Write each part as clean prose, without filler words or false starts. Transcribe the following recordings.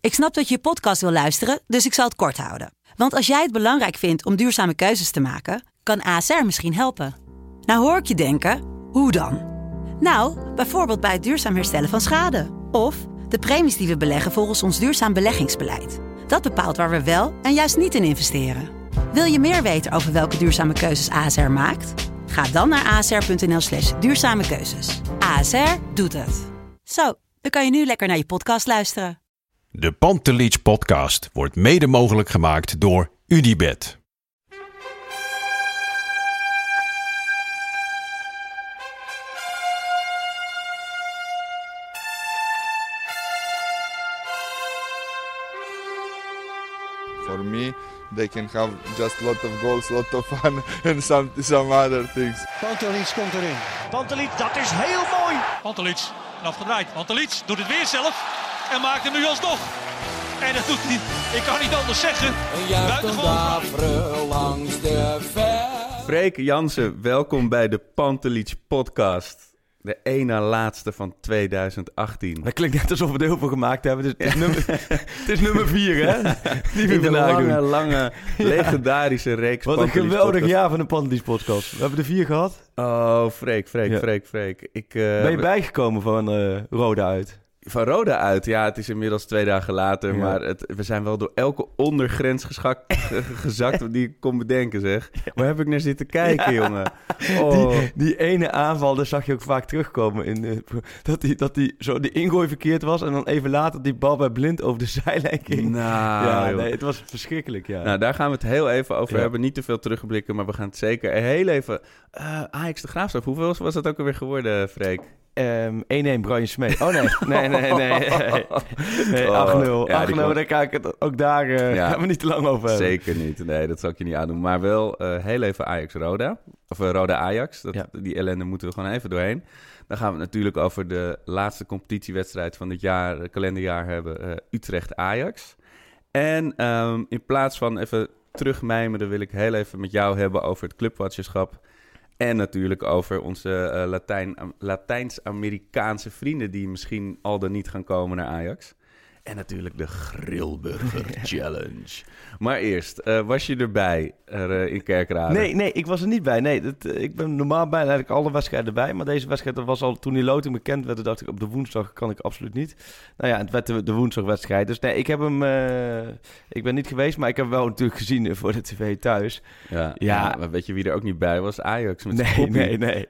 Ik snap dat je podcast wil luisteren, dus ik zal het kort houden. Want als jij het belangrijk vindt om duurzame keuzes te maken, kan ASR misschien helpen. Nou hoor ik je denken, hoe dan? Nou, bijvoorbeeld bij het duurzaam herstellen van schade. Of de premies die we beleggen volgens ons duurzaam beleggingsbeleid. Dat bepaalt waar we wel en juist niet in investeren. Wil je meer weten over welke duurzame keuzes ASR maakt? Ga dan naar asr.nl/duurzame keuzes. ASR doet het. Zo, dan kan je nu lekker naar je podcast luisteren. De Pantelich podcast wordt mede mogelijk gemaakt door UdiBet. For me, they can have just a lot of goals, a lot of fun and some other things. Pantelich komt erin. Pantelich, dat is heel mooi. Pantelich, en afgedraaid. Pantelich doet het weer zelf en maakt hem nu alsnog. En dat doet hij, ik kan niet anders zeggen. Buitengewoon langs de ver. Freek Jansen, welkom bij de Pantelich podcast. De ene laatste van 2018. Dat klinkt net alsof we er heel veel gemaakt hebben. Dus het is nummer 4, hè? Die we In de vandaag lange, legendarische reeks. Wat een geweldig jaar van de Pantelich podcast. We hebben er 4 gehad. Oh, Freek. Ben je bijgekomen van Roda uit? Van Roda uit, ja, het is inmiddels 2 dagen later. Ja. Maar we zijn wel door elke ondergrens gezakt die ik kon bedenken, zeg. Waar heb ik naar zitten kijken, jongen? Oh. Die ene aanval, daar zag je ook vaak terugkomen. Dat die zo de ingooi verkeerd was en dan even later die bal bij Blind over de zijlijn ging. Nou, ja, nee, het was verschrikkelijk, ja. Nou, daar gaan we het heel even over hebben. Niet te veel terugblikken, maar we gaan het zeker heel even... Ajax de Graafschap, hoeveel was dat ook alweer geworden, Freek? 1-1 Brian Smeet. Oh nee. Nee, 8-0. Ja, 8-0, daar kan ik het ook daar gaan we niet te lang over hebben. Zeker niet. Nee, dat zal ik je niet aandoen. Maar wel heel even Ajax-Roda. Of Roda-Ajax. Die ellende moeten we gewoon even doorheen. Dan gaan we het natuurlijk over de laatste competitiewedstrijd van dit jaar, kalenderjaar hebben. Utrecht-Ajax. En in plaats van even terugmijmeren wil ik heel even met jou hebben over het clubwatcherschap. En natuurlijk over onze Latijns-Amerikaanse vrienden die misschien al dan niet gaan komen naar Ajax. En natuurlijk de Grillburger Challenge. Maar eerst, was je erbij in Kerkrade? Nee, ik was er niet bij. Nee, ik ben normaal bij eigenlijk alle wedstrijden bij. Maar deze wedstrijd was al, toen die loting bekend werd, dacht ik op de woensdag kan ik absoluut niet. Nou ja, het werd de woensdagwedstrijd. Dus nee, ik ben niet geweest, maar ik heb wel natuurlijk gezien voor de tv thuis. Ja, maar weet je wie er ook niet bij was? Ajax met Nee.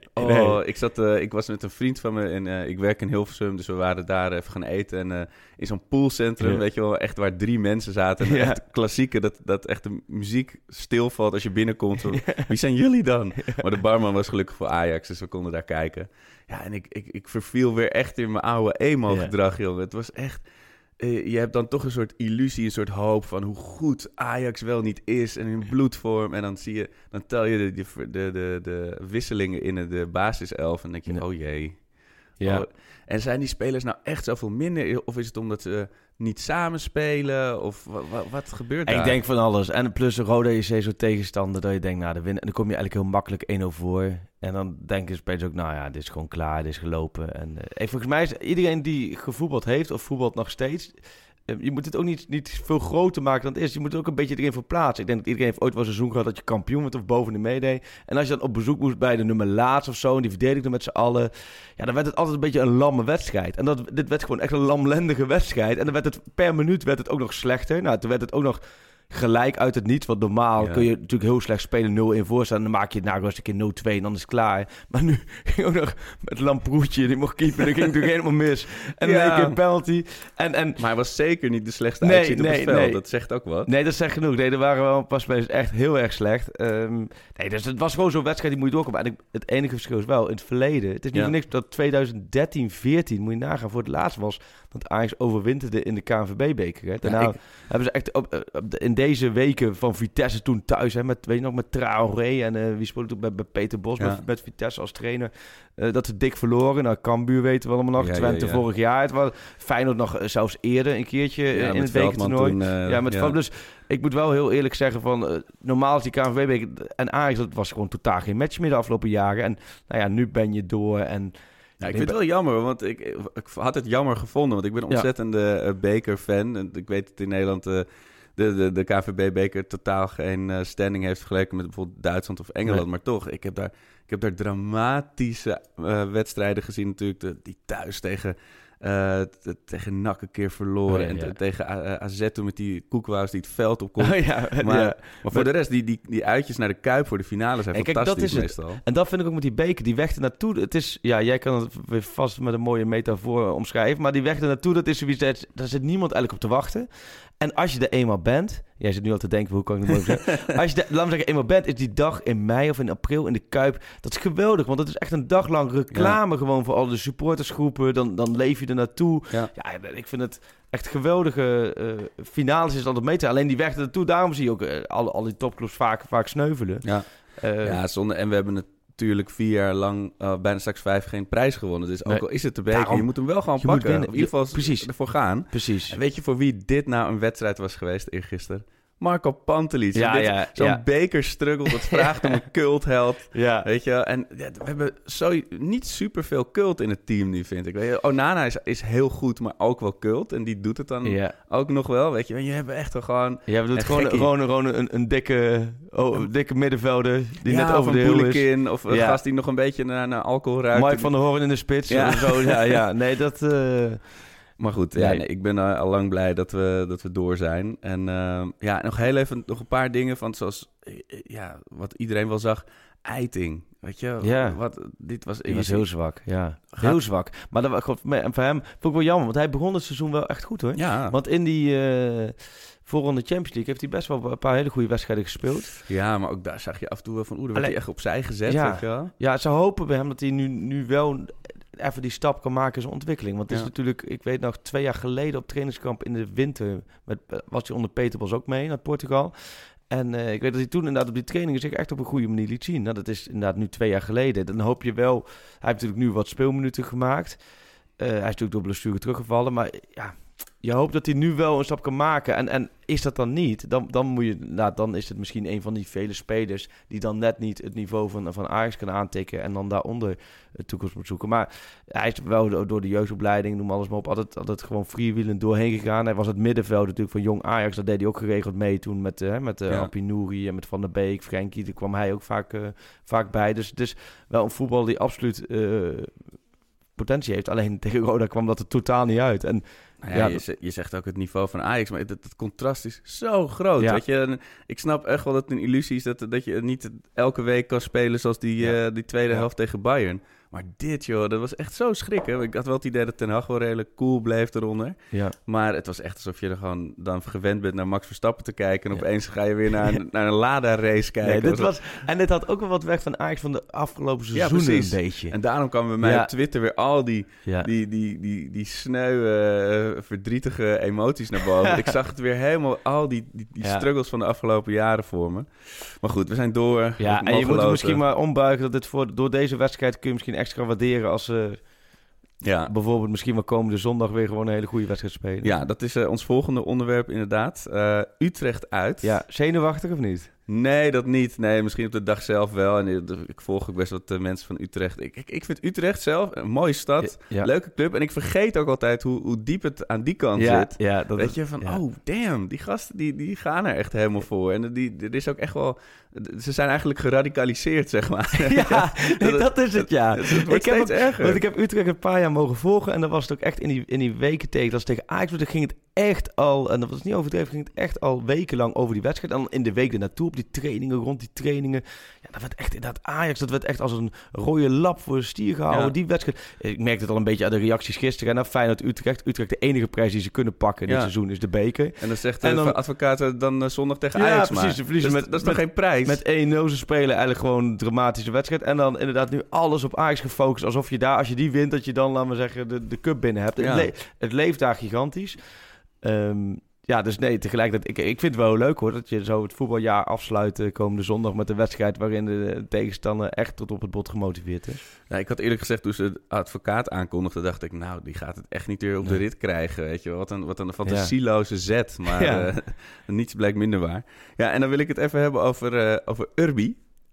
Ik was met een vriend van me en ik werk in Hilversum, dus we waren daar even gaan eten en in zo'n poolcentrum, weet je wel, echt waar 3 mensen zaten. En echt klassieke, dat echt de muziek stilvalt als je binnenkomt. Wie zijn jullie dan? Maar de barman was gelukkig voor Ajax, dus we konden daar kijken. Ja, en ik verviel weer echt in mijn oude emo-gedrag, jongen. Het was echt... je hebt dan toch een soort illusie, een soort hoop van hoe goed Ajax wel niet is en in bloedvorm. En dan tel je de wisselingen in de basiself en dan denk je, oh jee. Ja. Oh, en zijn die spelers nou echt zoveel minder? Of is het omdat ze niet samen spelen? Of wat gebeurt daar? Ik denk van alles. En plus Roda is zo tegenstander dat je denkt, nou, de winnen. En dan kom je eigenlijk heel makkelijk 1-0 voor. En dan denken spelers ook, nou ja, dit is gewoon klaar, dit is gelopen. En volgens mij is iedereen die gevoetbald heeft of voetbalt nog steeds... Je moet het ook niet veel groter maken dan het is. Je moet er ook een beetje erin verplaatsen. Ik denk dat iedereen heeft ooit wel een seizoen gehad dat je kampioen werd of boven de meedeed. En als je dan op bezoek moest bij de nummer laatst of zo en die verdedigde met z'n allen, ja, dan werd het altijd een beetje een lamme wedstrijd. En dit werd gewoon echt een lamlendige wedstrijd. En dan werd het per minuut ook nog slechter. Nou, toen werd het ook nog gelijk uit het niets. Want normaal kun je natuurlijk heel slecht spelen 0-1 voorstaan. En dan maak je het rust een keer 0-2 en dan is het klaar. Maar nu ging ook nog met Lamproetje. Die mocht keeper. Dat ging natuurlijk helemaal mis. En dan een keer penalty. Maar hij was zeker niet de slechtste uitzien op het veld. Nee. Dat zegt ook wat. Nee, dat zegt genoeg. Nee, er waren wel een paar spelers echt heel erg slecht. Dus het was gewoon zo'n wedstrijd die moet je doorkomen. En het enige verschil is wel in het verleden. Het is niet voor niks dat 2013, 14 moet je nagaan voor het laatst was dat Ajax overwinterde in de KNVB-beker. Daarna hebben ze echt in deze weken van Vitesse toen thuis, hè, met Traoré en wie speelde toen bij Peter Bos met Vitesse als trainer. Dat ze dik verloren. Nou, Cambuur weten we allemaal nog. Twente vorig jaar. Het was Feyenoord nog zelfs eerder een keertje in het bekertoernooi. Met Veldman. Dus ik moet wel heel eerlijk zeggen van normaal is die KNVB-beker en Ajax, dat was gewoon totaal geen match meer de afgelopen jaren. En nou ja, nu ben je door en Ja, ik vind het wel jammer, want ik had het jammer gevonden. Want ik ben een ontzettende bekerfan. En ik weet dat in Nederland de KNVB-beker totaal geen standing heeft vergeleken met bijvoorbeeld Duitsland of Engeland. Nee. Maar toch, ik heb daar dramatische wedstrijden gezien natuurlijk. Die thuis tegen NAC een keer verloren. En tegen AZ toen met die Koekwous die het veld opkomt. Maar voor de rest, die uitjes naar de Kuip voor de finale zijn fantastisch, dat is meestal. En dat vind ik ook met die beker. Die weg ernaartoe. Het is, jij kan het weer vast met een mooie metafoor omschrijven. Maar die weg ernaartoe, dat is zoiets. Daar zit niemand eigenlijk op te wachten. En als je er eenmaal bent... Jij zit nu al te denken, hoe kan ik het mooi zeggen? Als je er, laat me zeggen, eenmaal bent... is die dag in mei of in april in de Kuip... dat is geweldig, want dat is echt een dag lang reclame... gewoon voor al de supportersgroepen. Dan leef je er naartoe. Ja, ik vind het echt geweldige finales is altijd mee te. Alleen die weg er naartoe, daarom zie je ook... al die topclubs vaak sneuvelen. Ja, zonde. En we hebben het... natuurlijk 4 jaar lang, bijna straks 5, geen prijs gewonnen. Dus ook al is het de beker, je moet hem wel gewoon pakken. In ieder geval ervoor gaan. Precies. En weet je voor wie dit nou een wedstrijd was geweest eergisteren? Marco Pantelic. Zo'n bekerstruggle, dat vraagt om een cultheld. Weet je, en we hebben niet superveel cult in het team nu, vind ik. Weet je, Onana is heel goed, maar ook wel cult. En die doet het dan ook nog wel, weet je. En je hebt echt wel gewoon... Ja, we doen gewoon een dikke middenvelder die net over de hill is. Of een gast die nog een beetje naar alcohol ruikt. Mike van der Hoorn in de spits. Nee, dat... Maar goed, ik ben al lang blij dat we door zijn. En nog heel even nog een paar dingen van zoals wat iedereen wel zag. Eiting, weet je? Dit was heel zwak, heel zwak. Maar voor hem vond ik wel jammer, want hij begon het seizoen wel echt goed, hoor. Ja. Want in die voorronde Champions League heeft hij best wel een paar hele goede wedstrijden gespeeld. Ja, maar ook daar zag je af en toe wel van, daar werd hij echt opzij gezet. Weet je wel? Ja, ze hopen bij hem dat hij nu wel even die stap kan maken in zijn ontwikkeling. Want het is natuurlijk, ik weet nog, 2 jaar geleden op trainingskamp in de winter was hij onder Peter Bos ook mee naar Portugal. En ik weet dat hij toen inderdaad op die trainingen zich echt op een goede manier liet zien. Nou, dat is inderdaad nu 2 jaar geleden. Dan hoop je wel... Hij heeft natuurlijk nu wat speelminuten gemaakt. Hij is natuurlijk door blessure teruggevallen. Maar ja, je hoopt dat hij nu wel een stap kan maken. En is dat dan niet, dan is het misschien een van die vele spelers die dan net niet het niveau van Ajax kan aantikken en dan daaronder de toekomst moet zoeken. Maar hij is wel door de jeugdopleiding, noem alles maar op, altijd gewoon freewheelend doorheen gegaan. Hij was het middenveld natuurlijk van jong Ajax, dat deed hij ook geregeld mee toen met Ampinouri en met Van der Beek, Frenkie, daar kwam hij ook vaak bij. Dus het is wel een voetbal die absoluut potentie heeft. Alleen tegen Roda kwam dat er totaal niet uit. En je zegt ook het niveau van Ajax, maar het contrast is zo groot. Ja. Weet je? Ik snap echt wel dat het een illusie is dat je niet elke week kan spelen zoals die tweede helft tegen Bayern. Maar dit, joh, dat was echt zo schrikken. Ik had wel het idee dat Ten Hag wel redelijk cool bleef eronder. Ja. Maar het was echt alsof je er gewoon dan gewend bent naar Max Verstappen te kijken. En opeens ga je weer naar een Lada-race kijken. Nee, en dit had ook wel wat weg van Ajax van de afgelopen seizoenen een beetje. En daarom kwamen bij mij op Twitter weer al die sneuwe, verdrietige emoties naar boven. Ik zag het weer helemaal, al die struggles van de afgelopen jaren voor me. Maar goed, we zijn door. Ja, en je moet het misschien maar ombuigen dat door deze wedstrijd kun je misschien extra waarderen als ze bijvoorbeeld misschien wel komende zondag weer gewoon een hele goede wedstrijd spelen. Ja, dat is ons volgende onderwerp inderdaad. Utrecht uit. Ja, zenuwachtig of niet? Nee, dat niet. Nee, misschien op de dag zelf wel. En ik volg ook best wat mensen van Utrecht. Ik vind Utrecht zelf een mooie stad. Ja. Leuke club. En ik vergeet ook altijd hoe diep het aan die kant zit. Ja, weet je, van oh damn, die gasten die gaan er echt helemaal voor. En er is ook echt wel... Ze zijn eigenlijk geradicaliseerd, zeg maar. Ja, dat is het, ja. Het wordt steeds erger. Want ik heb Utrecht een paar jaar mogen volgen. En dan was het ook echt in die weken tegen Ajax. Dan ging het echt al, en dat was niet overdreven, ging het echt al wekenlang over die wedstrijd. En dan in de week ernaartoe, op die trainingen, rond die trainingen. Ja, dat werd echt inderdaad Ajax, dat werd echt als een rode lap voor de stier gehouden. Ja. Die wedstrijd. Ik merkte het al een beetje aan de reacties gisteren. En Feyenoord Utrecht. Utrecht, de enige prijs die ze kunnen pakken dit seizoen is de beker. En dan zegt de advocaat dan zondag tegen Ajax precies, maar. Ze verliezen dat is nog geen prijs. Met 1-0 ze spelen eigenlijk gewoon een dramatische wedstrijd. En dan inderdaad nu alles op Ajax gefocust. Alsof je daar, als je die wint, dat je dan, laten we zeggen, de cup binnen hebt. Ja. Het leeft daar gigantisch. Dus nee, tegelijkertijd, ik vind het wel leuk hoor, dat je zo het voetbaljaar afsluit komende zondag met een wedstrijd waarin de tegenstander echt tot op het bot gemotiveerd is. Ja, ik had eerlijk gezegd, toen ze de advocaat aankondigde, dacht ik, nou, die gaat het echt niet weer op de rit krijgen, weet je wel. Wat een fantasieloze zet, maar niets blijkt minder waar. Ja, en dan wil ik het even hebben over Urbi.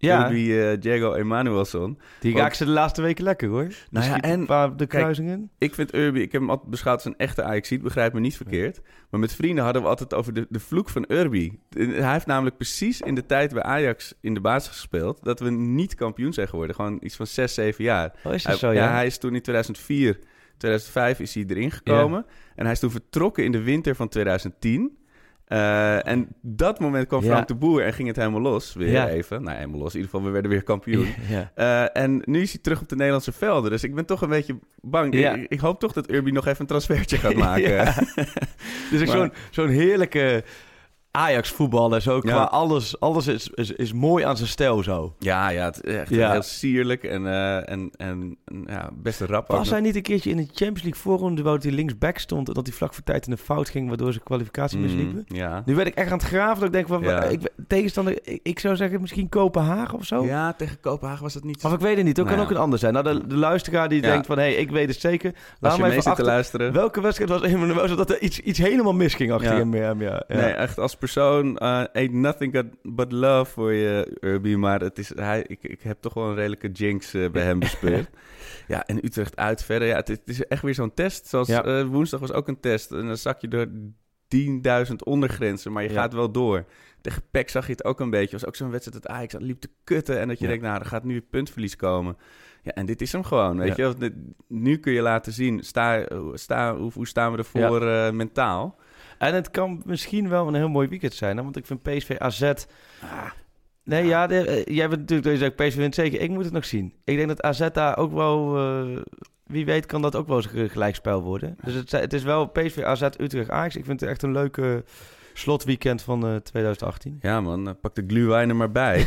Ja. Urbi Diego Emanuelson. Die raakt ze de laatste weken lekker, hoor. Nou ja, en de kruisingen. Ik vind Urbi, ik heb hem altijd beschouwd als een echte Ajaxiet, begrijp me niet verkeerd. Maar met vrienden hadden we altijd over de vloek van Urbi. Hij heeft namelijk precies in de tijd bij Ajax in de basis gespeeld, dat we niet kampioen zijn geworden. Gewoon iets van 6-7 jaar. Oh, is dat zo, ja? Hij is toen in 2004, 2005 is hij erin gekomen. Ja. En hij is toen vertrokken in de winter van 2010. En dat moment kwam Frank de Boer en ging het helemaal los. Weer even. Nou, helemaal los. In ieder geval, we werden weer kampioen. En nu is hij terug op de Nederlandse velden. Dus ik ben toch een beetje bang. Ja. Ik hoop toch dat Urbi nog even een transfertje gaat maken. Dus zo'n heerlijke Ajax-voetballer. Zo qua alles is mooi aan zijn stijl zo. Ja, het is echt heel sierlijk en best een rap. Was hij niet een keertje in de Champions League voorronde waar hij linksback stond en dat hij vlak voor tijd in de fout ging, waardoor ze kwalificatie misliepen? Ja. Nu werd ik echt aan het graven dat ik denk tegenstander, ik zou zeggen misschien Kopenhagen of zo. Ja, tegen Kopenhagen was het niet. Of ik weet het niet, dat kan ook een ander zijn. Nou, de luisteraar die denkt van, ik weet het zeker. Laat me even te luisteren. Welke wedstrijd was er dat er iets helemaal misging achter hem? Nee, echt als persoon ain't nothing but love voor je, Urbi. Maar ik heb toch wel een redelijke jinx bij hem bespeurd. Ja, en Utrecht uit verder. Ja, het is echt weer zo'n test. Zoals woensdag was ook een test. En dan zak je door 10.000 ondergrenzen, maar je gaat wel door. Tegen PEC zag je het ook een beetje. Was ook zo'n wedstrijd dat Ajax liep te kutten. En dat je denkt, er gaat nu een puntverlies komen. Ja, en dit is hem gewoon, weet je. Nu kun je laten zien, hoe staan we ervoor mentaal. En het kan misschien wel een heel mooi weekend zijn, hè? Want ik vind PSV AZ... Nee, jij bent natuurlijk, je zegt PSV wint zeker. Ik moet het nog zien. Ik denk dat AZ daar ook wel... wie weet kan dat ook wel eens een gelijkspel worden. Dus het is wel PSV AZ Utrecht Ajax. Ik vind het echt een leuke slotweekend van 2018. Ja man, pak de glühwein er maar bij.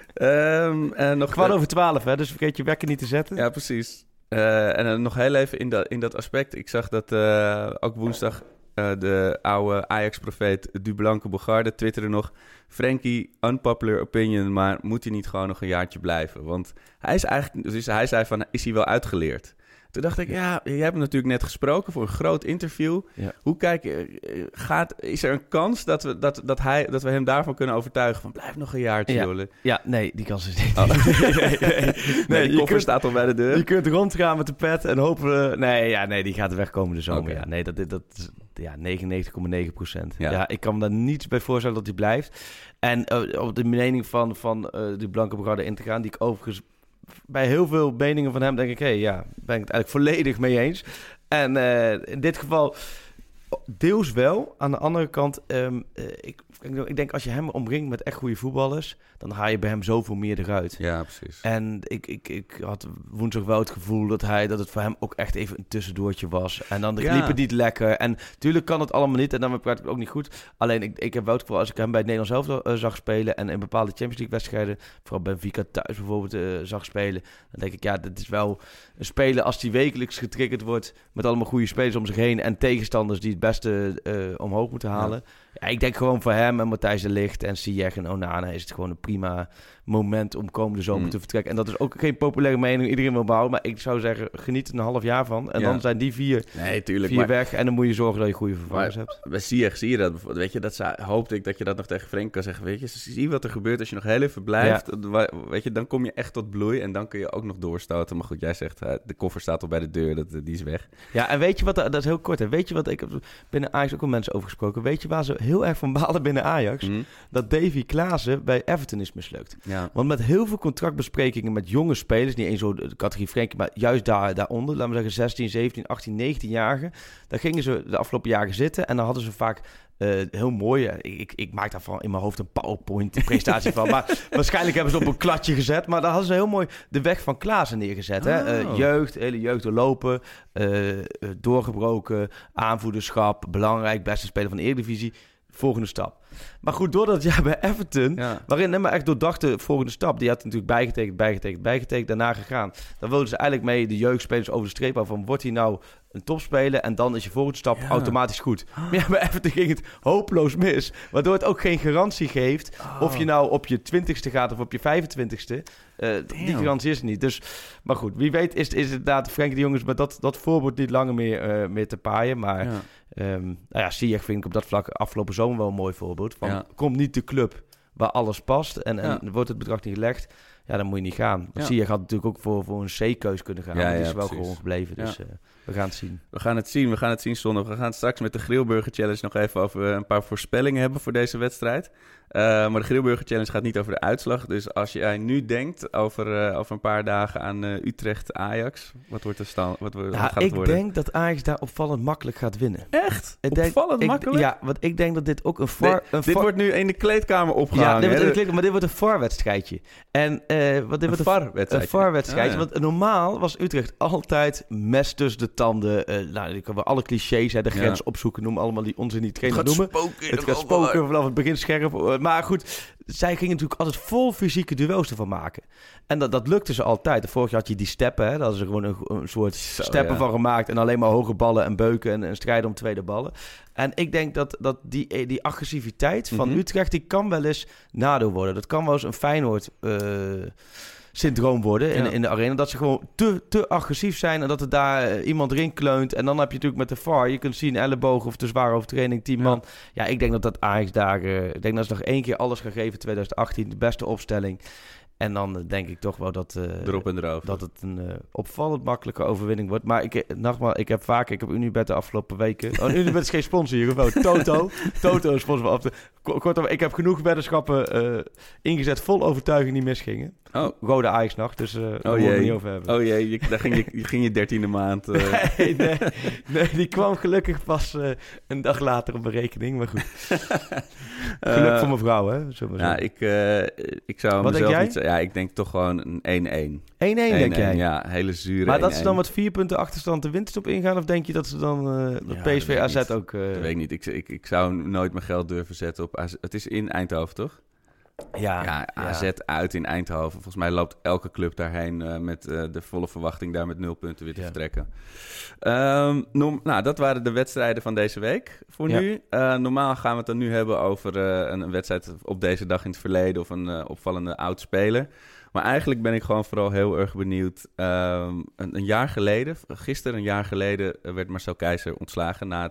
Nog 11:15, hè? Dus vergeet je wekker niet te zetten. Ja, precies. En nog heel even in dat aspect. Ik zag dat ook woensdag... de oude Ajax-profeet Dublanke Bogarde twitterde nog... Frenkie, unpopular opinion, maar moet hij niet gewoon nog een jaartje blijven? Want hij is eigenlijk... Dus hij zei van, is hij wel uitgeleerd? Toen dacht ik, je hebt hem natuurlijk net gesproken voor een groot interview. Ja. Hoe kijk je... Is er een kans dat we hem daarvan kunnen overtuigen van... blijf nog een jaartje, joh. Ja, nee, die kans is niet. Oh. Nee, die koffer staat al bij de deur. Je kunt rondgaan met de pet en hopen... Nee, die gaat wegkomen de zomer. Okay. Ja, nee, dat is 99,9%. Ja, ik kan me daar niets bij voorstellen dat hij blijft. En op de mening van de Blanke Bogarde in te gaan... die ik overigens... bij heel veel meningen van hem denk ik... ben ik het eigenlijk volledig mee eens. En in dit geval deels wel. Aan de andere kant... ik denk als je hem omringt met echt goede voetballers... dan haal je bij hem zoveel meer eruit. Ja, precies. En ik had woensdag wel het gevoel dat het voor hem ook echt even een tussendoortje was. En dan liep het niet lekker. En natuurlijk kan het allemaal niet en dan praat ik ook niet goed. Alleen ik heb wel het gevoel, als ik hem bij het Nederlands elftal zag spelen... en in bepaalde Champions League wedstrijden... vooral Benfica thuis bijvoorbeeld zag spelen... dan denk ik, dit is wel een speler als die wekelijks getriggerd wordt... met allemaal goede spelers om zich heen... en tegenstanders die het beste omhoog moeten halen... Ja, ik denk gewoon voor hem en Matthijs de Ligt en Ziyech en Onana is het gewoon een prima moment om komende zomer te vertrekken. En dat is ook geen populaire mening, iedereen wil bouwen. Maar ik zou zeggen, geniet er een half jaar van. En dan zijn die vier weg. En dan moet je zorgen dat je goede vervangers hebt. Bij Ziyech zie je dat bijvoorbeeld. Weet je, hoopte ik dat je dat nog tegen Frenk kan zeggen. Weet je, zie wat er gebeurt als je nog heel even blijft. Ja. Weet je, dan kom je echt tot bloei en dan kun je ook nog doorstoten. Maar goed, jij zegt, de koffer staat al bij de deur, die is weg. Ja, en weet je wat, dat is heel kort. Hè? Weet je wat, ik heb binnen Ajax ook al mensen over gesproken. Weet je waar ze heel erg van balen binnen Ajax? Dat Davy Klaassen bij Everton is mislukt. Ja. Want met heel veel contractbesprekingen met jonge spelers, niet eens zo de categorie Frenkie, maar juist daaronder, laten we zeggen 16, 17, 18, 19-jarigen, daar gingen ze de afgelopen jaren zitten en dan hadden ze vaak heel mooi. Ik maak daarvan in mijn hoofd een PowerPoint-presentatie van. Maar waarschijnlijk hebben ze op een kladje gezet. Maar daar hadden ze heel mooi de weg van Klaassen neergezet. Hè? Hele jeugd doorlopen. Doorgebroken. Aanvoederschap. Belangrijk. Beste speler van de Eredivisie. Volgende stap. Maar goed, door dat jaar bij Everton, waarin helemaal echt doordacht de volgende stap. Die had natuurlijk bijgetekend, daarna gegaan. Dan wilden ze eigenlijk mee de jeugdspelers over de streep houden van, wordt hij nou een topspeler en dan is je volgende stap automatisch goed. Maar ja, bij Everton ging het hopeloos mis, waardoor het ook geen garantie geeft of je nou op je 20ste gaat of op je 25ste. Die garantie is er niet. Dus, maar goed, wie weet is inderdaad Frenkie de Jong is met dat voorbeeld niet langer meer te paaien. Maar Ziyech vind ik op dat vlak afgelopen zomer wel een mooi voorbeeld. Komt niet de club waar alles past en wordt het bedrag niet gelegd, dan moet je niet gaan. Want Ziyech had natuurlijk ook voor een C-keus kunnen gaan. Maar die is wel gewoon gebleven. Dus we gaan het zien. We gaan het zien zondag. We gaan het straks met de Grillburger Challenge nog even over een paar voorspellingen hebben voor deze wedstrijd. Maar de Grillburger Challenge gaat niet over de uitslag. Dus als jij nu denkt over een paar dagen aan Utrecht-Ajax, wat wordt de stand? Wat gaat het worden? Ik denk dat Ajax daar opvallend makkelijk gaat winnen. Echt? Opvallend makkelijk? Ja, want ik denk dat dit ook dit wordt nu in de kleedkamer opgehangen. Ja, dit wordt in de kleedkamer, maar dit wordt een VAR-wedstrijdje. En dit wordt een VAR-wedstrijdje. Want normaal was Utrecht altijd mes tussen de tanden. Ik kan wel alle clichés, de grens opzoeken, noemen allemaal die onzin die trainer noemen. Het gaat spoken vanaf het begin scherp. Maar goed, zij gingen natuurlijk altijd vol fysieke duels ervan maken. En dat lukte ze altijd. Vorig jaar had je die steppen. Daar hadden ze gewoon een soort steppen van gemaakt. En alleen maar hoge ballen en beuken en strijden om tweede ballen. En ik denk dat die agressiviteit van Utrecht, die kan wel eens nadeel worden. Dat kan wel eens een Feyenoord syndroom worden in de arena. Dat ze gewoon te agressief zijn en dat er daar iemand erin kleunt. En dan heb je natuurlijk met de VAR, je kunt zien ellebogen of te zware overtreding, 10 man. Ja, ik denk dat Ajax daar, ik denk dat ze nog 1 keer alles gaan geven, 2018, de beste opstelling. En dan denk ik toch wel dat erop en erover. Dat het een opvallend makkelijke overwinning wordt. Maar ik heb Unibet de afgelopen weken... Unibet is geen sponsor hier, gewoon Toto is sponsor. Kortom, ik heb genoeg weddenschappen ingezet, vol overtuiging die misgingen. Rode Ajax-nacht, dus daar moeten we het niet over hebben. Oh jee, daar ging je 13e maand. Nee, die kwam gelukkig pas een dag later op mijn rekening, maar goed. Geluk voor mijn vrouw, hè? Ik zou wat mezelf denk jij? niet... Ja, ik denk toch gewoon een 1-1. 1-1 denk jij? Ja, hele zure 1-1. Maar dat ze dan met 4 punten achterstand de winterstop ingaan? Of denk je dat ze dan PSV AZ niet. ook... Dat weet ik niet. Ik zou nooit mijn geld durven zetten op AZ. Het is in Eindhoven, toch? Ja, AZ uit in Eindhoven. Volgens mij loopt elke club daarheen met de volle verwachting daar met 0 punten weer te vertrekken. Dat waren de wedstrijden van deze week voor nu. Normaal gaan we het dan nu hebben over een wedstrijd op deze dag in het verleden of een opvallende oud-speler. Maar eigenlijk ben ik gewoon vooral heel erg benieuwd. Een jaar geleden, gisteren een jaar geleden, werd Marcel Keizer ontslagen na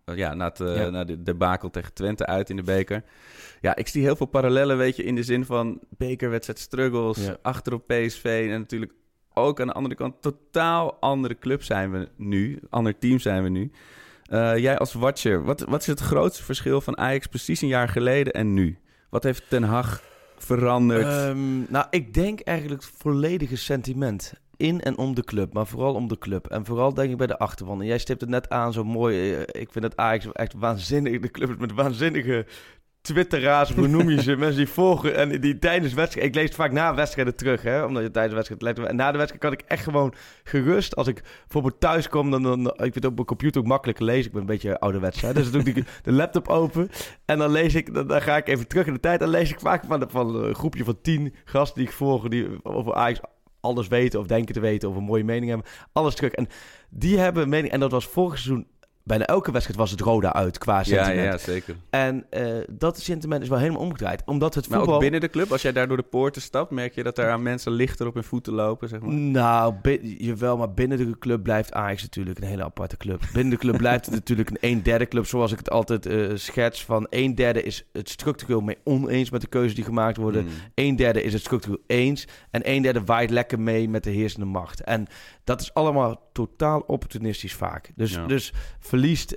de debakel tegen Twente uit in de beker. Ja, ik zie heel veel parallellen, weet je, in de zin van bekerwedstrijd struggles, achter op PSV en natuurlijk ook aan de andere kant totaal andere club zijn we nu, ander team zijn we nu. Jij als watcher, wat is het grootste verschil van Ajax precies een jaar geleden en nu? Wat heeft Ten Hag veranderd? Ik denk eigenlijk het volledige sentiment in en om de club, maar vooral om de club. En vooral denk ik bij de achterban. En jij stipt het net aan, zo mooi. Ik vind dat Ajax echt waanzinnig, de club met waanzinnige twitteraars, hoe noem je ze? Mensen die volgen en die tijdens wedstrijden... Ik lees het vaak na wedstrijden terug, hè? Omdat je tijdens de wedstrijd... En na de wedstrijd kan ik echt gewoon gerust... Als ik bijvoorbeeld thuis kom, dan ik vind het op mijn computer ook makkelijker lezen. Ik ben een beetje ouderwets, hè? Dus dan doe ik de laptop open en dan lees ik... Dan ga ik even terug in de tijd en lees ik vaak van een groepje van 10 gasten die ik volg... die over Ajax alles weten of denken te weten... of een mooie mening hebben. Alles terug. En die hebben een mening... En dat was vorig seizoen... Bijna elke wedstrijd was het Roda uit qua sentiment. Ja, zeker. En dat sentiment is wel helemaal omgedraaid. Omdat het voetbal... Maar ook binnen de club, als jij daar door de poorten stapt... merk je dat er aan mensen lichter op hun voeten lopen, zeg maar? Nou, jawel, maar binnen de club blijft Ajax natuurlijk een hele aparte club. Binnen de club blijft het natuurlijk een 1/3 club... zoals ik het altijd schets. Van 1/3 is het structureel mee oneens met de keuzes die gemaakt worden. 1/3 is het structureel eens. En 1/3 waait lekker mee met de heersende macht. En dat is allemaal totaal opportunistisch vaak. Dus verliest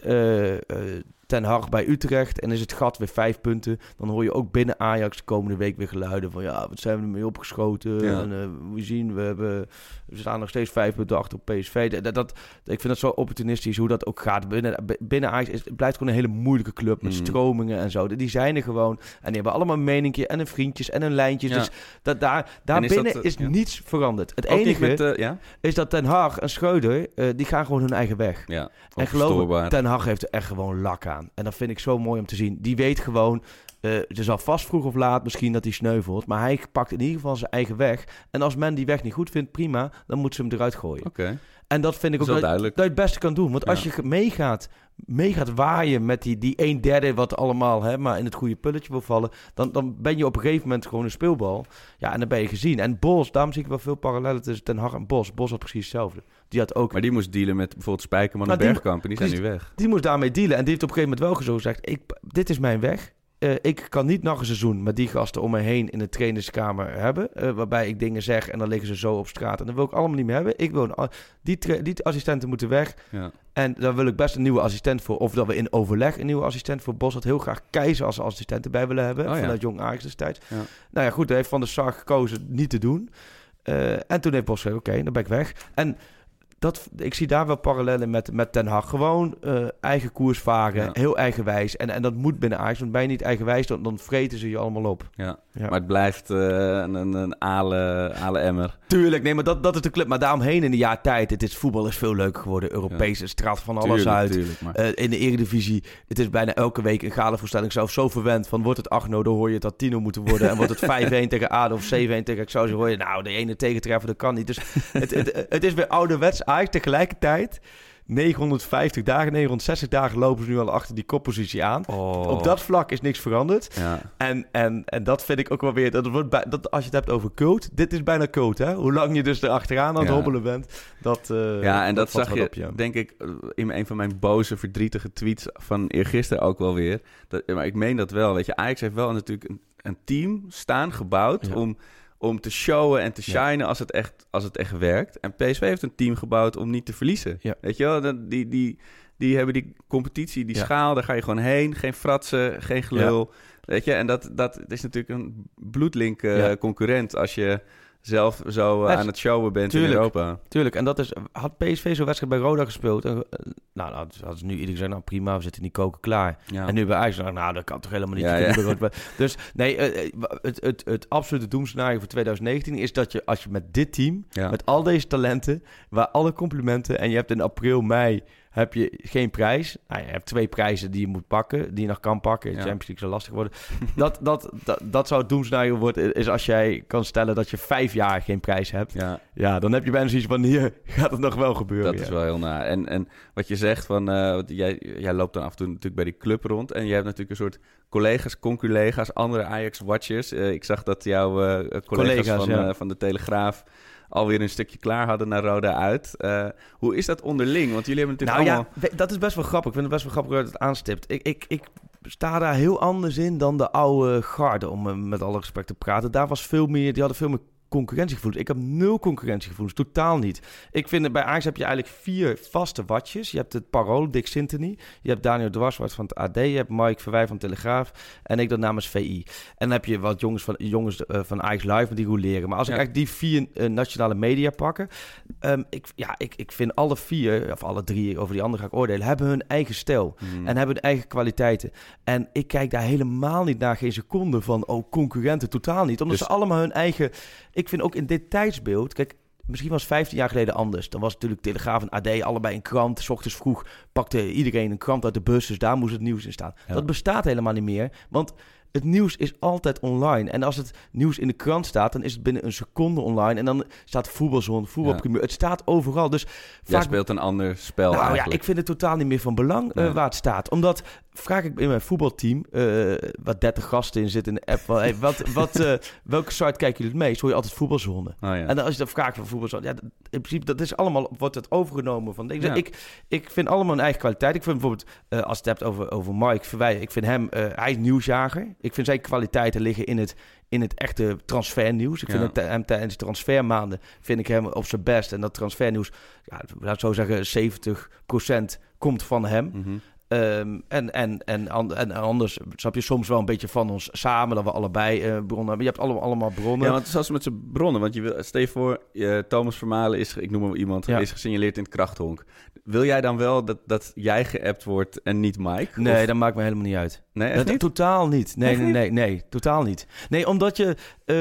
Ten Hag bij Utrecht en is het gat weer 5 punten. Dan hoor je ook binnen Ajax de komende week weer geluiden van... ja, wat zijn we ermee opgeschoten? Ja. En we zien, we staan nog steeds 5 punten achter op PSV. Ik vind dat zo opportunistisch hoe dat ook gaat. Binnen Ajax het blijft gewoon een hele moeilijke club met stromingen en zo. Die zijn er gewoon. En die hebben allemaal een meningje en een vriendjes en een lijntje. Ja. Dus daar binnen is niets veranderd. Het enige is dat Ten Hag en Schreuder, die gaan gewoon hun eigen weg. Ja, en geloof Ten Hag heeft er echt gewoon lak aan. En dat vind ik zo mooi om te zien. Die weet gewoon, het is al vast vroeg of laat misschien dat hij sneuvelt. Maar hij pakt in ieder geval zijn eigen weg. En als men die weg niet goed vindt, prima. Dan moet ze hem eruit gooien. Okay. En dat vind ik ook dat je het beste kan doen. Want als je meegaat waaien met die 1/3 wat allemaal maar in het goede pulletje wil vallen, dan ben je op een gegeven moment gewoon een speelbal. Ja, en dan ben je gezien. En Bos, daarom zie ik wel veel parallellen tussen Ten Hag en Bos. Bos had precies hetzelfde. Die had ook... Maar die moest dealen met bijvoorbeeld Spijkerman en Bergkamp en die zijn nu weg. Die moest daarmee dealen. En die heeft op een gegeven moment wel gezegd, dit is mijn weg. ik kan niet nog een seizoen met die gasten om me heen in de trainerskamer hebben. Waarbij ik dingen zeg en dan liggen ze zo op straat. En dat wil ik allemaal niet meer hebben. Ik wil die assistenten moeten weg. Ja. En daar wil ik best een nieuwe assistent voor. Of dat we in overleg een nieuwe assistent voor Bos had heel graag Keizer als assistent erbij willen hebben. Vanuit Jong Ajax destijds. Ja. Nou ja, goed, hij heeft Van der Sar gekozen niet te doen. En toen heeft Bos gezegd, oké, dan ben ik weg. En ik zie daar wel parallellen met Ten Hag. Gewoon eigen koers varen, heel eigenwijs. En dat moet binnen Ajax, want ben je niet eigenwijs, dan vreten ze je allemaal op. Ja. Maar het blijft een ale emmer. Tuurlijk, nee, maar dat is de club. Maar daaromheen in de jaar tijd, voetbal is veel leuker geworden. Europees, het straalt van alles uit. Tuurlijk, in de Eredivisie, het is bijna elke week een galenvoorstelling. Zelfs zo verwend van, wordt het 8-0, dan hoor je het dat 10-0 moeten worden. En wordt het 5-1 tegen ADO of 7-1 tegen Excelsior, hoor je, nou, de ene tegentreffer, dat kan niet. Dus het is weer ouderwets Ajax. Tegelijkertijd 950 dagen, 960 dagen lopen ze nu al achter die koppositie aan. Op dat vlak is niks veranderd. Ja. En dat vind ik ook wel weer... Dat als je het hebt over cult, dit is bijna cult, hè? Hoe lang je dus erachteraan aan het hobbelen bent. Dat zag je, denk ik, in een van mijn boze, verdrietige tweets van eergisteren ook wel weer. Maar ik meen dat wel, weet je. Ajax heeft wel natuurlijk een team gebouwd om te showen en te shinen als het echt werkt. En PSV heeft een team gebouwd om niet te verliezen. Ja. Weet je wel, die hebben die competitie, die schaal, daar ga je gewoon heen. Geen fratsen, geen gelul. Weet je, en dat is natuurlijk een bloedlink concurrent als je zelf zo aan het showen bent in Europa. Tuurlijk, en had PSV zo'n wedstrijd bij Roda gespeeld? Hadden ze nu iedereen gezegd, nou prima, we zitten niet koken klaar. Ja. En nu bij Ajax, nou dat kan toch helemaal niet. Dus nee, het absolute doemscenario voor 2019 is dat je, als je met dit team, met al deze talenten, waar alle complimenten, en je hebt in april, mei, heb je geen prijs. Nou, je hebt 2 prijzen die je moet pakken, die je nog kan pakken. De Champions League zal lastig worden. Dat zou het doemscenario worden, is als jij kan stellen dat je 5 jaar geen prijs hebt. Ja, dan heb je bijna zoiets van, hier gaat het nog wel gebeuren. Dat is wel heel naar. En wat je zegt, van jij loopt dan af en toe natuurlijk bij die club rond. En je hebt natuurlijk een soort collega's, conculega's, andere Ajax-watchers. Ik zag dat jouw collega's van de Telegraaf alweer een stukje klaar hadden naar Roda uit. Hoe is dat onderling? Want jullie hebben natuurlijk allemaal... Ja, dat is best wel grappig. Ik vind het best wel grappig dat je het aanstipt. Ik sta daar heel anders in dan de oude garde, om met alle respect te praten. Daar was die hadden veel meer concurrentiegevoelens. Ik heb 0 concurrentiegevoelens, totaal niet. Ik vind, bij Ajax heb je eigenlijk 4 vaste watjes. Je hebt het Parool, Dick Sintony. Je hebt Daniel Dwarswart van het AD. Je hebt Mike Verwij van Telegraaf. En ik dan namens VI. En dan heb je wat jongens van Ajax Live, die roleren. Maar als ik eigenlijk die 4 nationale media pakken... Ik vind alle 4, of alle 3, over die andere ga ik oordelen, hebben hun eigen stijl. En hebben hun eigen kwaliteiten. En ik kijk daar helemaal niet naar, geen seconde van, concurrenten, totaal niet. Omdat ze allemaal hun eigen... Ik vind ook in dit tijdsbeeld... Kijk, misschien was 15 jaar geleden anders. Dan was natuurlijk Telegraaf en AD allebei een krant. 's Ochtends vroeg pakte iedereen een krant uit de bus. Dus daar moest het nieuws in staan. Ja. Dat bestaat helemaal niet meer. Want het nieuws is altijd online. En als het nieuws in de krant staat, dan is het binnen een seconde online. En dan staat voetbalzone, voetbalprimeur. Het staat overal. Dus jij speelt een ander spel eigenlijk. Ja, ik vind het totaal niet meer van belang waar het staat. Omdat, vraag ik in mijn voetbalteam, wat 30 gasten in zitten in de app. Welke site kijken jullie het meest? Hoor je altijd voetbalzone. En als je dan vraagt van voetbalzone, in principe, dat is allemaal, wordt het overgenomen van. Ik vind allemaal een eigen kwaliteit. Ik vind bijvoorbeeld, als je het hebt over Mike Verwij, ik vind hem, hij is nieuwsjager. Ik vind zijn kwaliteiten liggen in het echte transfernieuws. Ik vind hem tijdens de transfermaanden vind ik hem op zijn best. En dat transfernieuws, laat ik zo zeggen, 70% komt van hem. Mm-hmm. En anders snap je soms wel een beetje van ons samen, dat we allebei bronnen hebben. Je hebt allemaal bronnen. Ja, want zoals met zijn bronnen. Want stel je voor, Thomas Vermalen is, ik noem maar iemand, is gesignaleerd in het krachthonk. Wil jij dan wel dat jij geappt wordt en niet Mike? Nee, dat maakt me helemaal niet uit. Nee, echt niet? Totaal niet. Nee, totaal niet. Nee, omdat je...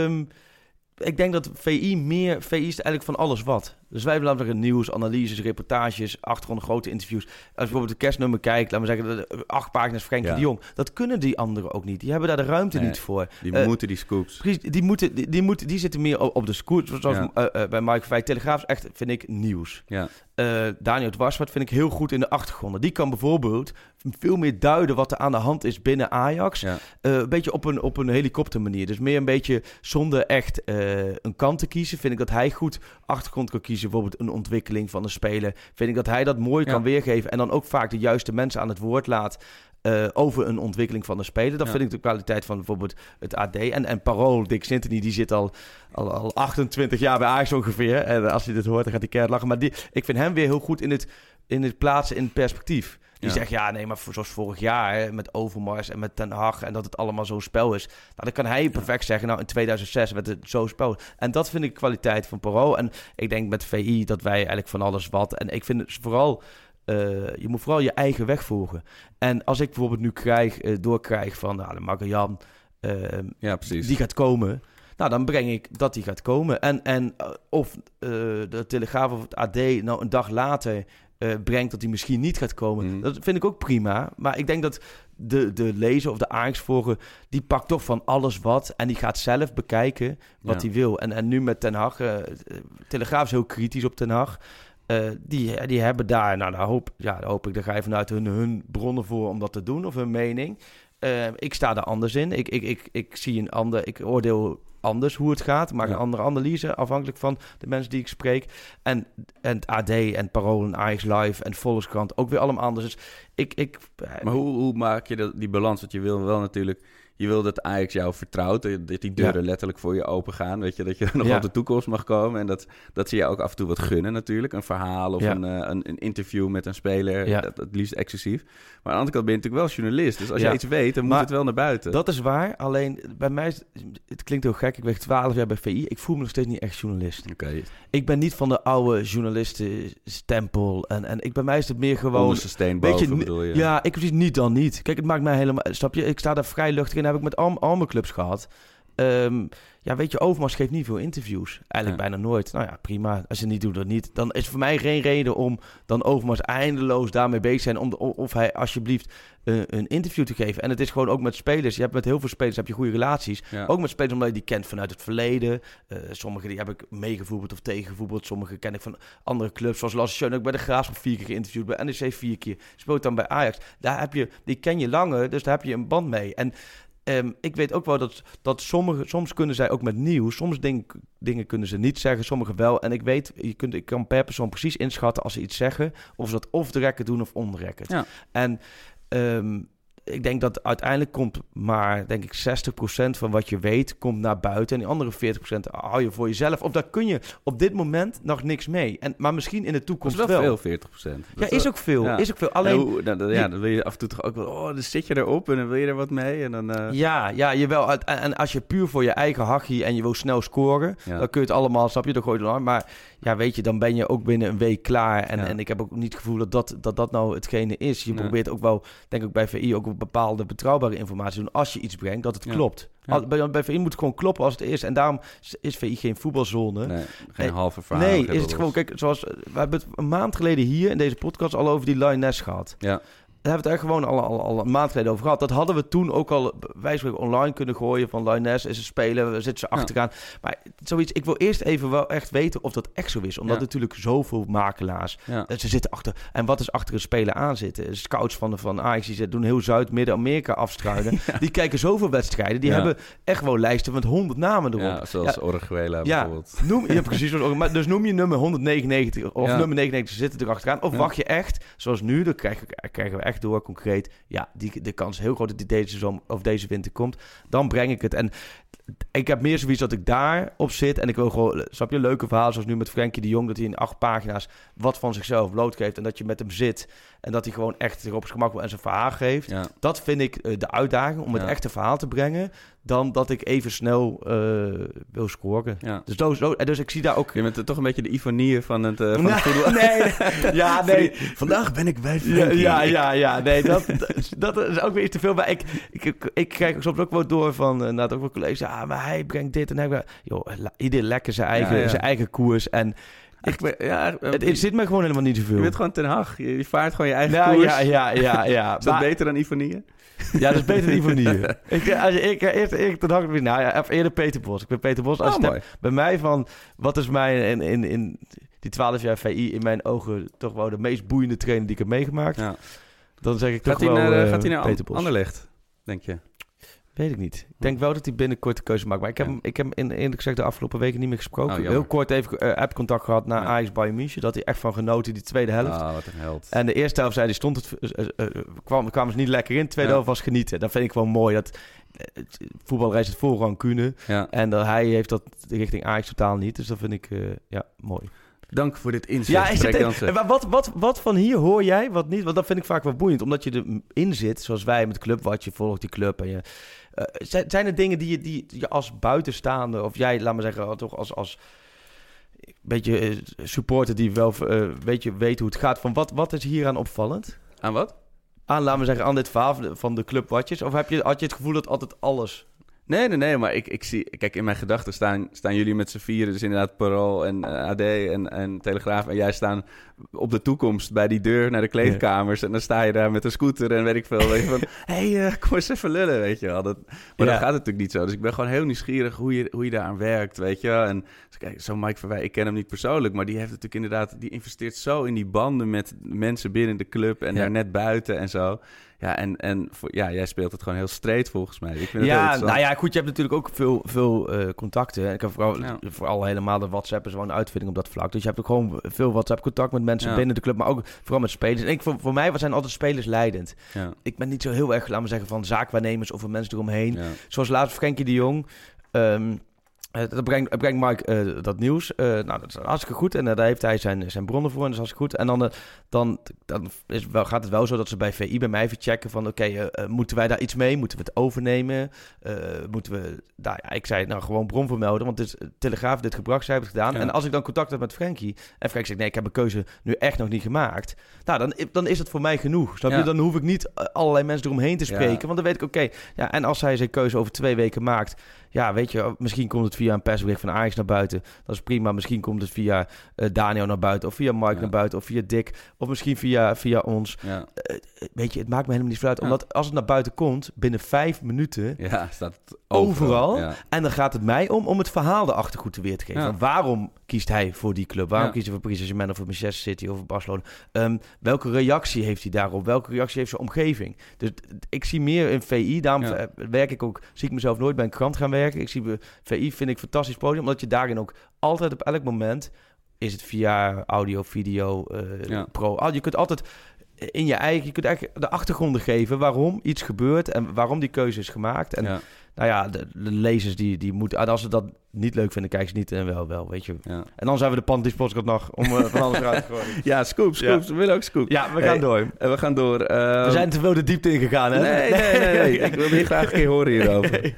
ik denk dat VI is eigenlijk van alles wat. Dus wij hebben laten zeggen nieuws, analyses, reportages, achtergronden, grote interviews. Als je bijvoorbeeld het kerstnummer kijkt, laten we zeggen 8 pagina's Frenkie de Jong. Dat kunnen die anderen ook niet. Die hebben daar de ruimte niet voor. Die moeten die scoops. Die zitten meer op de scoops. Zoals bij Mike Verwij. Telegraaf is echt, vind ik, nieuws. Ja. Daniel Dwarswart vind ik heel goed in de achtergronden. Die kan bijvoorbeeld veel meer duiden wat er aan de hand is binnen Ajax. Ja. Een beetje op een helikoptermanier. Dus meer een beetje zonder echt een kant te kiezen. Vind ik dat hij goed achtergrond kan kiezen. Bijvoorbeeld een ontwikkeling van een speler. Vind ik dat hij dat mooi kan weergeven. En dan ook vaak de juiste mensen aan het woord laat. over een ontwikkeling van een speler. Dat vind ik de kwaliteit van bijvoorbeeld het AD. En Parool, Dick Sintony, die zit al 28 jaar bij Ajax ongeveer. En als hij dit hoort, dan gaat hij keihard lachen. Maar ik vind hem weer heel goed in het plaatsen in perspectief. Die zegt, maar zoals vorig jaar met Overmars en met Ten Hag en dat het allemaal zo'n spel is. Nou, dan kan hij perfect zeggen, in 2006 werd het zo'n spel. En dat vind ik de kwaliteit van Parool. En ik denk met VI dat wij eigenlijk van alles wat. En ik vind het vooral, je moet vooral je eigen weg volgen. En als ik bijvoorbeeld nu doorkrijg van de Magallan, die gaat komen. Nou, dan breng ik dat die gaat komen. En of de Telegraaf of het AD een dag later brengt dat hij misschien niet gaat komen. Dat vind ik ook prima. Maar ik denk dat de lezer of de Ajax-volger, die pakt toch van alles wat. En die gaat zelf bekijken wat hij wil. En nu met Ten Hag, Telegraaf is heel kritisch op Ten Hag. Die hebben daar, daar hoop ik, daar ga je vanuit hun bronnen voor om dat te doen, of hun mening. Ik sta daar anders in. Ik zie ik oordeel anders hoe het gaat. Maak een andere analyse afhankelijk van de mensen die ik spreek. En het AD en Parool en Ajax Live en Volkskrant ook weer allemaal anders. Dus maar hoe maak je die balans? Want je wil wel natuurlijk, je wil dat Ajax jou vertrouwt, dat die deuren letterlijk voor je open gaan. Weet je, dat je nog op de toekomst mag komen. En dat ze je ook af en toe wat gunnen natuurlijk. Een verhaal of een interview met een speler. Ja. Dat liefst exclusief. Maar aan de andere kant ben je natuurlijk wel journalist. Dus als je iets weet, dan moet het wel naar buiten. Dat is waar. Alleen bij mij, het klinkt heel gek. Ik werk 12 jaar bij VI. Ik voel me nog steeds niet echt journalist. Okay. Ik ben niet van de oude journalistenstempel. En bij mij is het meer gewoon... Onderste steen boven, bedoel je? Ja, ik precies niet dan niet. Kijk, het maakt mij helemaal... Snap je? Ik sta daar vrij luchtig in. Heb ik met al mijn clubs gehad. Overmars geeft niet veel interviews. Eigenlijk bijna nooit. Nou ja, prima. Als je niet doet, dan niet. Dan is het voor mij geen reden om dan Overmars eindeloos daarmee bezig te zijn. Of hij alsjeblieft een interview te geven. En het is gewoon ook met spelers. Je hebt met heel veel spelers heb je goede relaties. Ja. Ook met spelers omdat je die kent vanuit het verleden. Sommige die heb ik meegevoetbald of tegengevoetbald. Sommige ken ik van andere clubs. Zoals Lasse Schöne. Ik bij de Graafschap 4 keer geïnterviewd. Bij NEC 4 keer. Speelt dan bij Ajax. Die ken je langer. Dus daar heb je een band mee. En ik weet ook wel dat soms kunnen zij ook met nieuws. Soms dingen kunnen ze niet zeggen, sommige wel. En ik weet, ik kan per persoon precies inschatten als ze iets zeggen, of ze dat off the record doen of on the record. Ja. En ik denk dat uiteindelijk komt maar, denk ik, 60% van wat je weet komt naar buiten. En die andere 40% hou je voor jezelf. Of daar kun je op dit moment nog niks mee. Maar misschien in de toekomst wel. Dat is wel veel, 40%. Ja, is ook veel. Ja. Is ook veel. Alleen, dan wil je af en toe toch ook wel... dan zit je erop en dan wil je er wat mee. En dan, Ja, jawel. En als je puur voor je eigen hachie en je wil snel scoren, dan kun je het allemaal, snap je, dan gooi je het aan. Maar ja, weet je, dan ben je ook binnen een week klaar. En ik heb ook niet het gevoel dat nou hetgene is. Je probeert ook wel, denk ik bij VI, ook bepaalde betrouwbare informatie doen. Als je iets brengt, dat het klopt. Ja. Bij VI moet het gewoon kloppen als het is. En daarom is VI geen voetbalzone. Nee, geen halve verhaal. Nee, is het gewoon... Kijk, zoals we hebben het een maand geleden hier in deze podcast al over die Lioness gehad. Ja. Daar hebben we het echt gewoon al een maand geleden over gehad. Dat hadden we toen ook al wijselijk online kunnen gooien van Lioness is een speler, we zitten ze achteraan. Maar zoiets, ik wil eerst even wel echt weten of dat echt zo is. Omdat natuurlijk zoveel makelaars, ze zitten achter. En wat is achter een speler aan zitten? Scouts van Ajax, die doen heel Zuid-Midden-Amerika afstruinen. Die kijken zoveel wedstrijden. Die hebben echt wel lijsten met 100 namen erop. Ja, zoals Orguela bijvoorbeeld. Precies. Dus noem je nummer 199 of nummer 99 zitten er achteraan. Of wacht je echt, zoals nu, dan krijgen we echt door concreet, de kans is heel groot dat die deze zomer of deze winter komt, dan breng ik het. En ik heb meer zoiets dat ik daar op zit en ik wil gewoon, snap je, leuke verhalen zoals nu met Frenkie de Jong, dat hij in 8 pagina's wat van zichzelf blootgeeft en dat je met hem zit en dat hij gewoon echt zich op zijn gemak en zijn verhaal geeft. Ja. Dat vind ik de uitdaging om het echte verhaal te brengen, dan dat ik even snel wil scoren. Ja. Dus ik zie daar ook... Je bent toch een beetje de Ivonie van het voetbal. Nee. Vandaag ben ik bij Frenkie. Ja. Nee, dat is ook weer iets te veel. Maar ik krijg soms ook wel door van ook wel collega's. Ja, maar hij brengt dit en hij... Ieder lekker zijn eigen koers en... Het zit me gewoon helemaal niet zoveel. Je bent gewoon Ten Hag. Je vaart gewoon je eigen koers. Ja. Is dat beter dan Ivonie? Ja, dat is beter dan Ivonie. Eerst Ten Hag, of eerder Peter Bos. Ik ben Peter Bos. Als bij mij van, wat is mij in die 12 jaar VI in mijn ogen toch wel de meest boeiende trainer die ik heb meegemaakt. Ja. Dan zeg ik toch wel gaat hij naar Peter Bos. Anderlecht, denk je? Weet ik niet. Ik denk wel dat hij binnenkort de keuze maakt. Maar ik heb hem eerlijk gezegd de afgelopen weken niet meer gesproken. Heel kort even app-contact gehad naar Ajax Bayern München. Dat hij echt van genoten die tweede helft. Wat een held. En de eerste helft zei hij, kwamen ze niet lekker in. De tweede helft was genieten. Dat vind ik gewoon mooi. Dat voetbalreis het voorrang kunnen. Ja. En hij heeft dat richting Ajax totaal niet. Dus dat vind ik mooi. Dank voor dit inzicht. Ja, wat van hier hoor jij, wat niet? Want dat vind ik vaak wel boeiend. Omdat je erin zit, zoals wij met de club. Wat je volgt die club. En zijn er dingen die je als buitenstaander... Of jij, laat maar zeggen, toch als beetje supporter... die wel weet hoe het gaat. Van wat is hieraan opvallend? Aan wat? Laten we zeggen, aan dit verhaal van de club watjes? Of had je het gevoel dat altijd alles... Nee, maar ik zie... Kijk, in mijn gedachten staan jullie met z'n vieren. Dus inderdaad Parool en AD en Telegraaf. En jij staan op de toekomst bij die deur naar de kleedkamers. Ja. En dan sta je daar met een scooter en weet ik veel. Weet je van, kom eens even lullen, weet je wel. Maar dan gaat het natuurlijk niet zo. Dus ik ben gewoon heel nieuwsgierig hoe je daaraan werkt, weet je. En dus kijk, zo Mike Verwij, ik ken hem niet persoonlijk. Maar die heeft natuurlijk inderdaad... Die investeert zo in die banden met mensen binnen de club. En daar net buiten en zo. Ja, jij speelt het gewoon heel straight volgens mij. Ik vind het goed, je hebt natuurlijk ook veel contacten. Ik heb vooral helemaal de WhatsApp is wel een uitvinding op dat vlak. Dus je hebt ook gewoon veel WhatsApp-contact met mensen binnen de club, maar ook vooral met spelers. En voor mij zijn altijd spelers leidend. Ja. Ik ben niet zo heel erg, laten we zeggen, van zaakwaarnemers of van mensen eromheen. Ja. Zoals laatst Frenkie de Jong... Dat brengt Mike dat nieuws. Dat is hartstikke goed. En daar heeft hij zijn bronnen voor. En dat is hartstikke goed. En dan gaat het wel zo dat ze bij VI bij mij even checken van... Oké, moeten wij daar iets mee? Moeten we het overnemen? Moeten we... ik zei, gewoon bron vermelden. Want het Telegraaf dit gebracht, zij hebben het gedaan. Ja. En als ik dan contact heb met Frenkie... En Frenkie zegt, nee, ik heb een keuze nu echt nog niet gemaakt. Nou, dan is het voor mij genoeg. Snap je? Dan hoef ik niet allerlei mensen eromheen te spreken. Ja. Want dan weet ik, en als hij zijn keuze over 2 weken maakt... Ja, weet je, misschien komt het via een persbericht van Ajax naar buiten. Dat is prima. Misschien komt het via Daniel naar buiten. Of via Mike naar buiten. Of via Dick. Of misschien via ons. Ja. Weet je, het maakt me helemaal niet uit. Omdat als het naar buiten komt, binnen 5 minuten... Ja, staat het overal. Ja. En dan gaat het mij om het verhaal erachter goed te weer te geven. Ja. Waarom kiest hij voor die club? Waarom kiest hij voor Paris Saint-Germain of voor Manchester City of voor Barcelona? Welke reactie heeft hij daarop? Welke reactie heeft zijn omgeving? Dus ik zie meer in VI. Daarom werk ik ook... Zie ik mezelf nooit bij een krant gaan werken. Ik zie VI, vind ik fantastisch podium, omdat je daarin ook altijd op elk moment, is het via audio, video, pro. Je kunt altijd in je eigen, je kunt eigenlijk de achtergronden geven waarom iets gebeurt en waarom die keuze is gemaakt. En de lezers die moeten, als ze dat niet leuk vinden, kijken ze niet en wel, weet je. Ja. En dan zijn we de Panties podcast nog om van alles eruit te gooien. Ja, scoops. We willen ook scoops. Ja, we gaan door. We gaan door. We zijn te veel de diepte ingegaan, hè? Nee. Ik wil hier graag een keer horen hierover.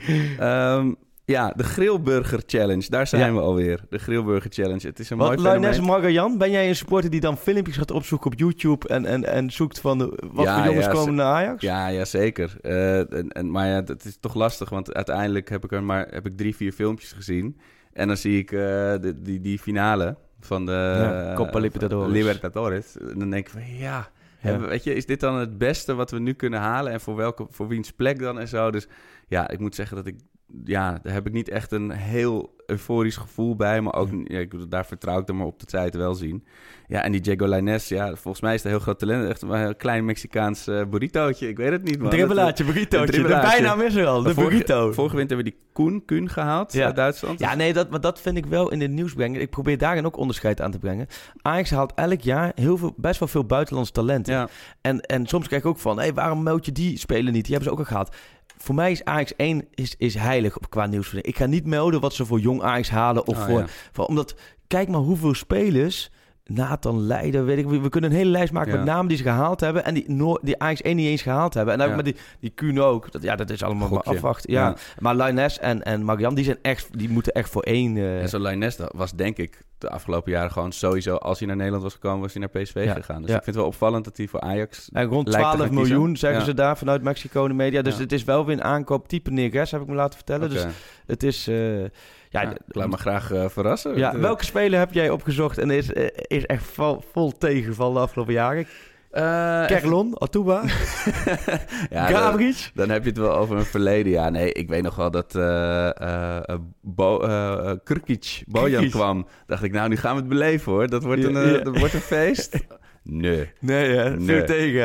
De Grillburger Challenge. Daar zijn we alweer. De Grillburger Challenge. Het is een mooi fenomeen. Lainez Margajan, ben jij een supporter die dan filmpjes gaat opzoeken op YouTube en zoekt van wat voor jongens komen naar Ajax? Ja, zeker. Maar het is toch lastig, want uiteindelijk heb ik 3-4 filmpjes gezien. En dan zie ik die finale van de Copa Libertadores. En dan denk ik van weet je, is dit dan het beste wat we nu kunnen halen? En voor wiens plek dan en zo? Dus ja, ik moet zeggen dat daar heb ik niet echt een heel euforisch gevoel bij. Maar ook, daar vertrouw ik er maar op dat zij het wel zien. Ja, en die Diego Lainez, volgens mij is het een heel groot talent. Echt een klein Mexicaans burritootje. Ik weet het niet, man. Dribbelaatje, burritootje. De bijnaam is er al, de burrito. Vorige winter hebben we die Kuhn gehaald uit Duitsland. Ja, nee, dat vind ik wel in het nieuws brengen. Ik probeer daarin ook onderscheid aan te brengen. Ajax haalt elk jaar best wel veel buitenlands talenten. Ja. En soms krijg ik ook van, waarom meld je die spelen niet? Die hebben ze ook al gehaald. Voor mij is Ajax 1 is heilig qua nieuws. Ik ga niet melden wat ze voor jong Ajax halen. Omdat, kijk maar hoeveel spelers... Nathan Leijden, weet ik. We kunnen een hele lijst maken met namen die ze gehaald hebben... en die Ajax 1 niet eens gehaald hebben. En dan heb ik met die Kuhn ook. Dat is allemaal maar afwachten. Ja. Maar Lainez en Marjan, die moeten echt voor één... En zo Lainez was denk ik de afgelopen jaren gewoon sowieso... als hij naar Nederland was gekomen, was hij naar PSV gegaan. Dus ik vind het wel opvallend dat hij voor Ajax... En rond 12 miljoen zeggen ze daar vanuit Mexico in de media. Dus het is wel weer een aankoop type Neres, heb ik me laten vertellen. Okay. Dus het is... laat me graag verrassen. Ja, welke speler heb jij opgezocht en is echt vol tegengevallen de afgelopen jaren? Kerlon, Atuba, Gabriel. Dan heb je het wel over een verleden. Ja, nee, ik weet nog wel dat Krkic, Bojan kwam. Dacht ik, nu gaan we het beleven hoor. Dat wordt een feest. Nee. Nee, hè? Veel tegen,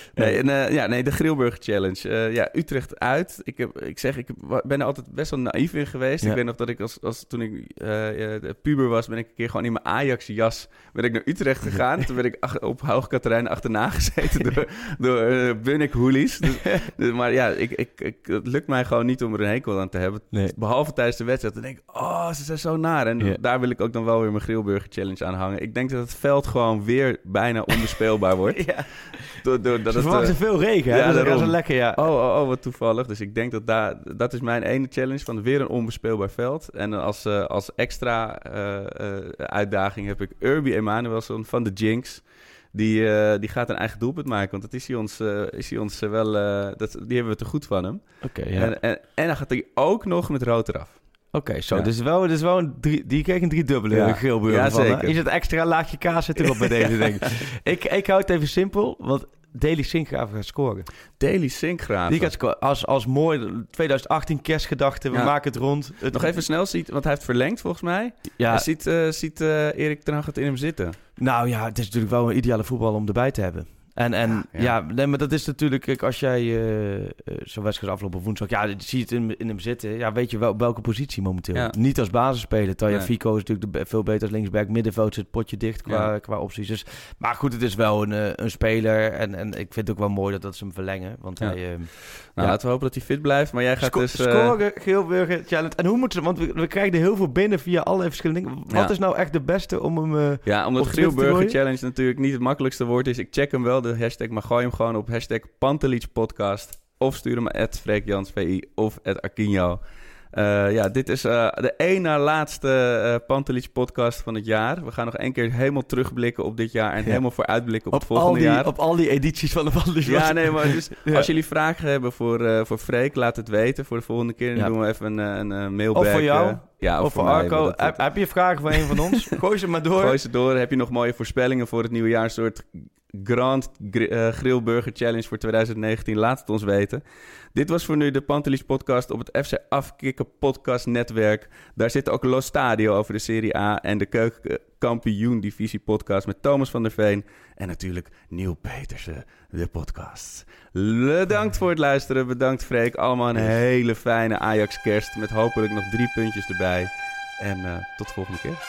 hè? Nee, de Grillburger Challenge. Utrecht uit. Ik ben er altijd best wel naïef in geweest. Ja. Ik weet nog dat ik toen ik puber was, ben ik een keer gewoon in mijn Ajax-jas ben ik naar Utrecht gegaan. Toen ben ik op Hoog Katerijnen achterna gezeten door Bunnik Hoelies. Maar ja, het lukt mij gewoon niet om er een hekel aan te hebben. Nee. Behalve tijdens de wedstrijd. Dan denk ik, ze zijn zo naar. En daar wil ik ook dan wel weer mijn Grillburger Challenge aan hangen. Ik denk dat het veld gewoon weer bijna onbespeelbaar wordt. Ja. Doordat Ze verwachten veel regen, hè? Ja, dat is daarom. wel lekker, ja. Oh, wat toevallig. Dus ik denk dat is mijn ene challenge van weer een onbespeelbaar veld. En als extra uitdaging heb ik Urbi Emanuelson van de Jinx. Die gaat een eigen doelpunt maken. Want dat is hij ons wel... die hebben we te goed van hem. Oké, ja. En dan gaat hij ook nog met rood eraf. Oké, zo. Ja. Dus wel een die kreeg een driedubbele Grillburger ja, van. Hè? zeker. Is het extra laagje kaas zit erop bij deze, denk ik. Ik hou het even simpel, want Daley Sinkgraven gaat scoren. Daley Sinkgraven. Die gaat scoren als mooi 2018 kerstgedachte. We maken het rond. Nog even snel ziet, want hij heeft verlengd volgens mij. Ja. Ziet Erik ten Hag het in hem zitten? Nou ja, het is natuurlijk wel een ideale voetbal om erbij te hebben. Nee, maar dat is natuurlijk... Kijk, als jij zo'n wedstrijd afloopt op woensdag... Ja, zie je het in hem zitten. Ja, weet je wel welke positie momenteel. Ja. Niet als basisspeler. Tagliafico is natuurlijk veel beter als linksback. Middenveld zit het potje dicht qua opties. Dus, maar goed, het is wel een speler. En ik vind het ook wel mooi dat ze hem verlengen. Want hij... laten we hopen dat hij fit blijft. Maar jij gaat scoren, Grillburger Challenge. En hoe moeten ze... Want we krijgen er heel veel binnen via allerlei verschillende dingen. Wat is nou echt de beste om hem... omdat de Grillburger Challenge natuurlijk niet het makkelijkste woord is. Ik check hem wel, de hashtag, maar gooi hem gewoon op hashtag Pantelic Podcast. Of stuur hem @FreekJansVI of @Arquinho. Dit is de één na laatste Pantelic podcast van het jaar. We gaan nog 1 keer helemaal terugblikken op dit jaar en helemaal vooruitblikken op het volgende jaar. Op al die edities van de Pantelic. Ja, nee, maar dus als jullie vragen hebben voor Freek, laat het weten voor de volgende keer. Dan doen we even een mailback. Of voor jou. Of voor Arco. Heb je vragen voor een van ons? Gooi ze maar door. Gooi ze door. Heb je nog mooie voorspellingen voor het nieuwe jaar? Een soort Grand Grillburger Challenge voor 2019? Laat het ons weten. Dit was voor nu de Pantelic podcast op het FC Afkikken podcast netwerk. Daar zit ook Lo Stadio over de Serie A en de Keukenkampioen Divisie podcast met Thomas van der Veen. En natuurlijk Neil Petersen, de podcast. Bedankt voor het luisteren. Bedankt Freek. Allemaal een hele fijne Ajax kerst met hopelijk nog 3 puntjes erbij. En tot de volgende keer.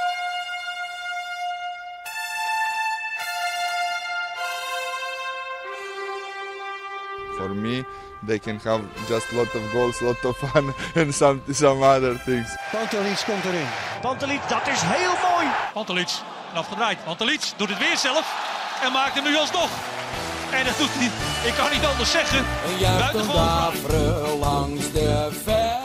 For me, they can have just a lot of goals, a lot of fun and some other things. Pantelic komt erin. Pantelic, dat is heel mooi. Pantelic, en afgedraaid. Pantelic doet het weer zelf en maakt hem nu alsnog. En dat doet hij, ik kan niet anders zeggen. Een juichend daveren langs de ver.